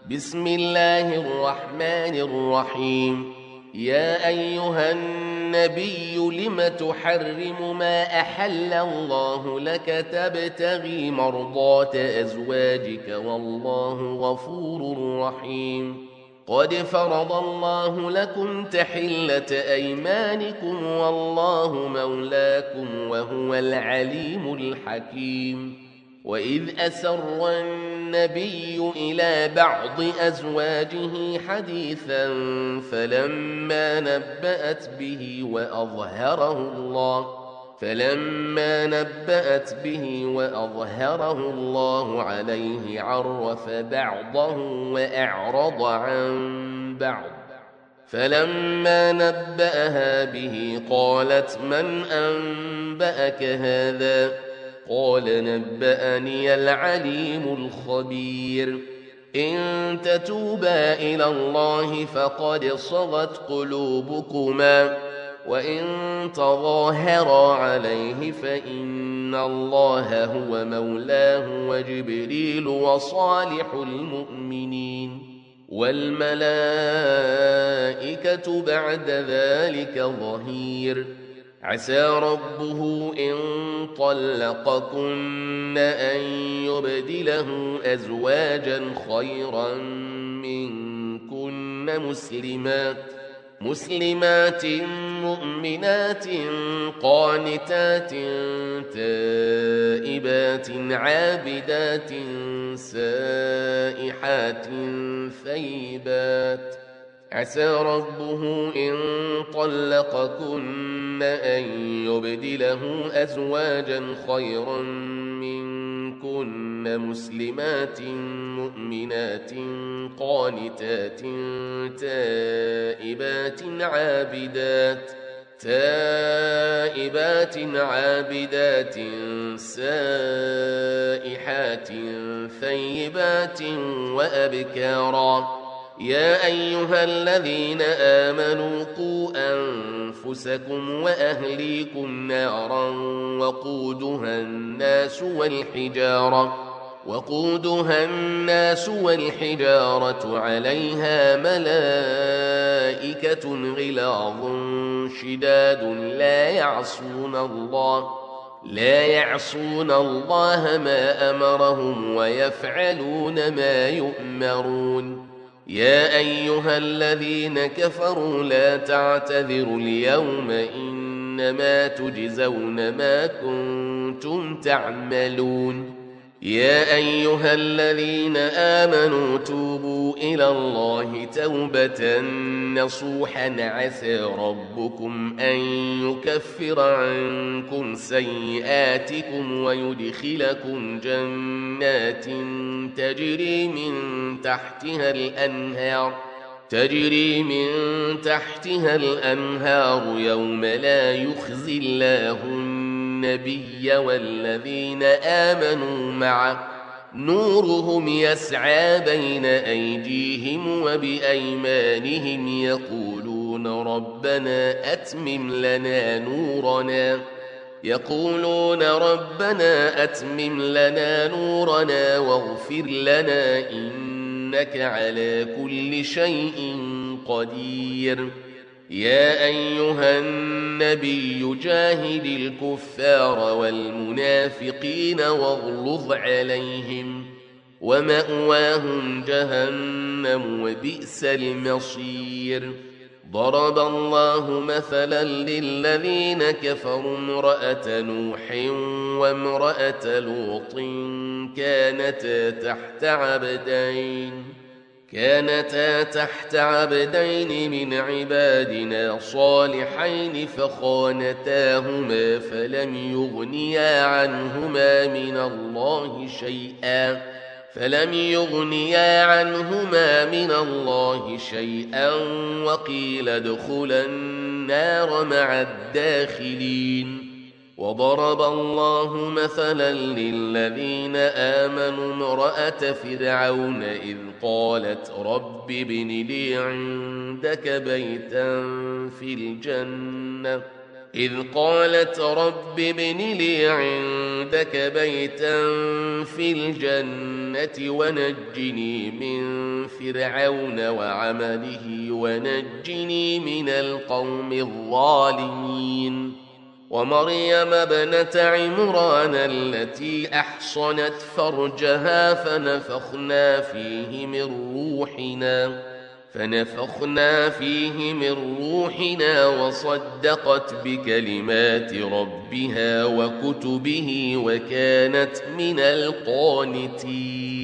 بسم الله الرحمن الرحيم. يا أيها النبي لم تحرم ما أحل الله لك تبتغي مرضات أزواجك والله غفور رحيم. قد فرض الله لكم تحلة أيمانكم والله مولاكم وهو العليم الحكيم. وإذ أسر النبي إلى بعض أزواجه حديثا فلما نبأت به وأظهره الله عليه عرف بعضه وأعرض عن بعض. فلما نبأها به قالت من أنبأك هذا؟ قال نبأني العليم الخبير. إن تتوبا إلى الله فقد صغت قلوبكما وإن تظاهرا عليه فإن الله هو مولاه وجبريل وصالح المؤمنين والملائكة بعد ذلك ظهير. عسى ربه إن طلقكن أن يبدله أزواجا خيرا منكن مسلمات مؤمنات قانتات تائبات عابدات سائحات ثيبات. عسى ربه إن طلقكن أن يبدله أزواجا خيرا منكن مسلمات مؤمنات قانتات تائبات عابدات سائحات ثيبات وأبكارا. يا أيها الذين آمنوا قوا أنفسكم وأهليكم نارا وقودها الناس والحجارة عليها ملائكة غلاظ شداد لا يعصون الله ما أمرهم ويفعلون ما يؤمرون. يا أيها الذين كفروا لا تعتذروا اليوم إنما تجزون ما كنتم تعملون. يا أيها الذين آمنوا توبوا إلى الله توبة نصوحا عسى ربكم أن يكفر عنكم سيئاتكم ويدخلكم جنات تجري من تحتها الأنهار يوم لا يخزي الله النبي والذين آمنوا معه نورهم يسعى بين أيديهم وبأيمانهم يقولون ربنا أتمم لنا نورنا واغفر لنا إنك على كل شيء قدير. يا أيها النبي جاهد الكفار والمنافقين واغلظ عليهم ومأواهم جهنم وبئس المصير. ضرب الله مثلا للذين كفروا امرأة نوح وامرأة لوط كانتا تحت عبدين من عبادنا صالحين فخانتاهما فلم يغنيا عنهما من الله شيئا وقيل ادخلا النار مع الداخلين. وضرب الله مثلا للذين آمنوا امرأة فرعون إذ قالت رب ابن لي عندك بيتا في الجنة إذ قالت رب ابن لي عندك بيتا في الجنة ونجني من فرعون وعمله ونجني من القوم الظالمين ومريم ابنة عمران التي أحصنت فرجها فنفخنا فيه من روحنا وصدقت بكلمات ربها وكتبه وكانت من القانتين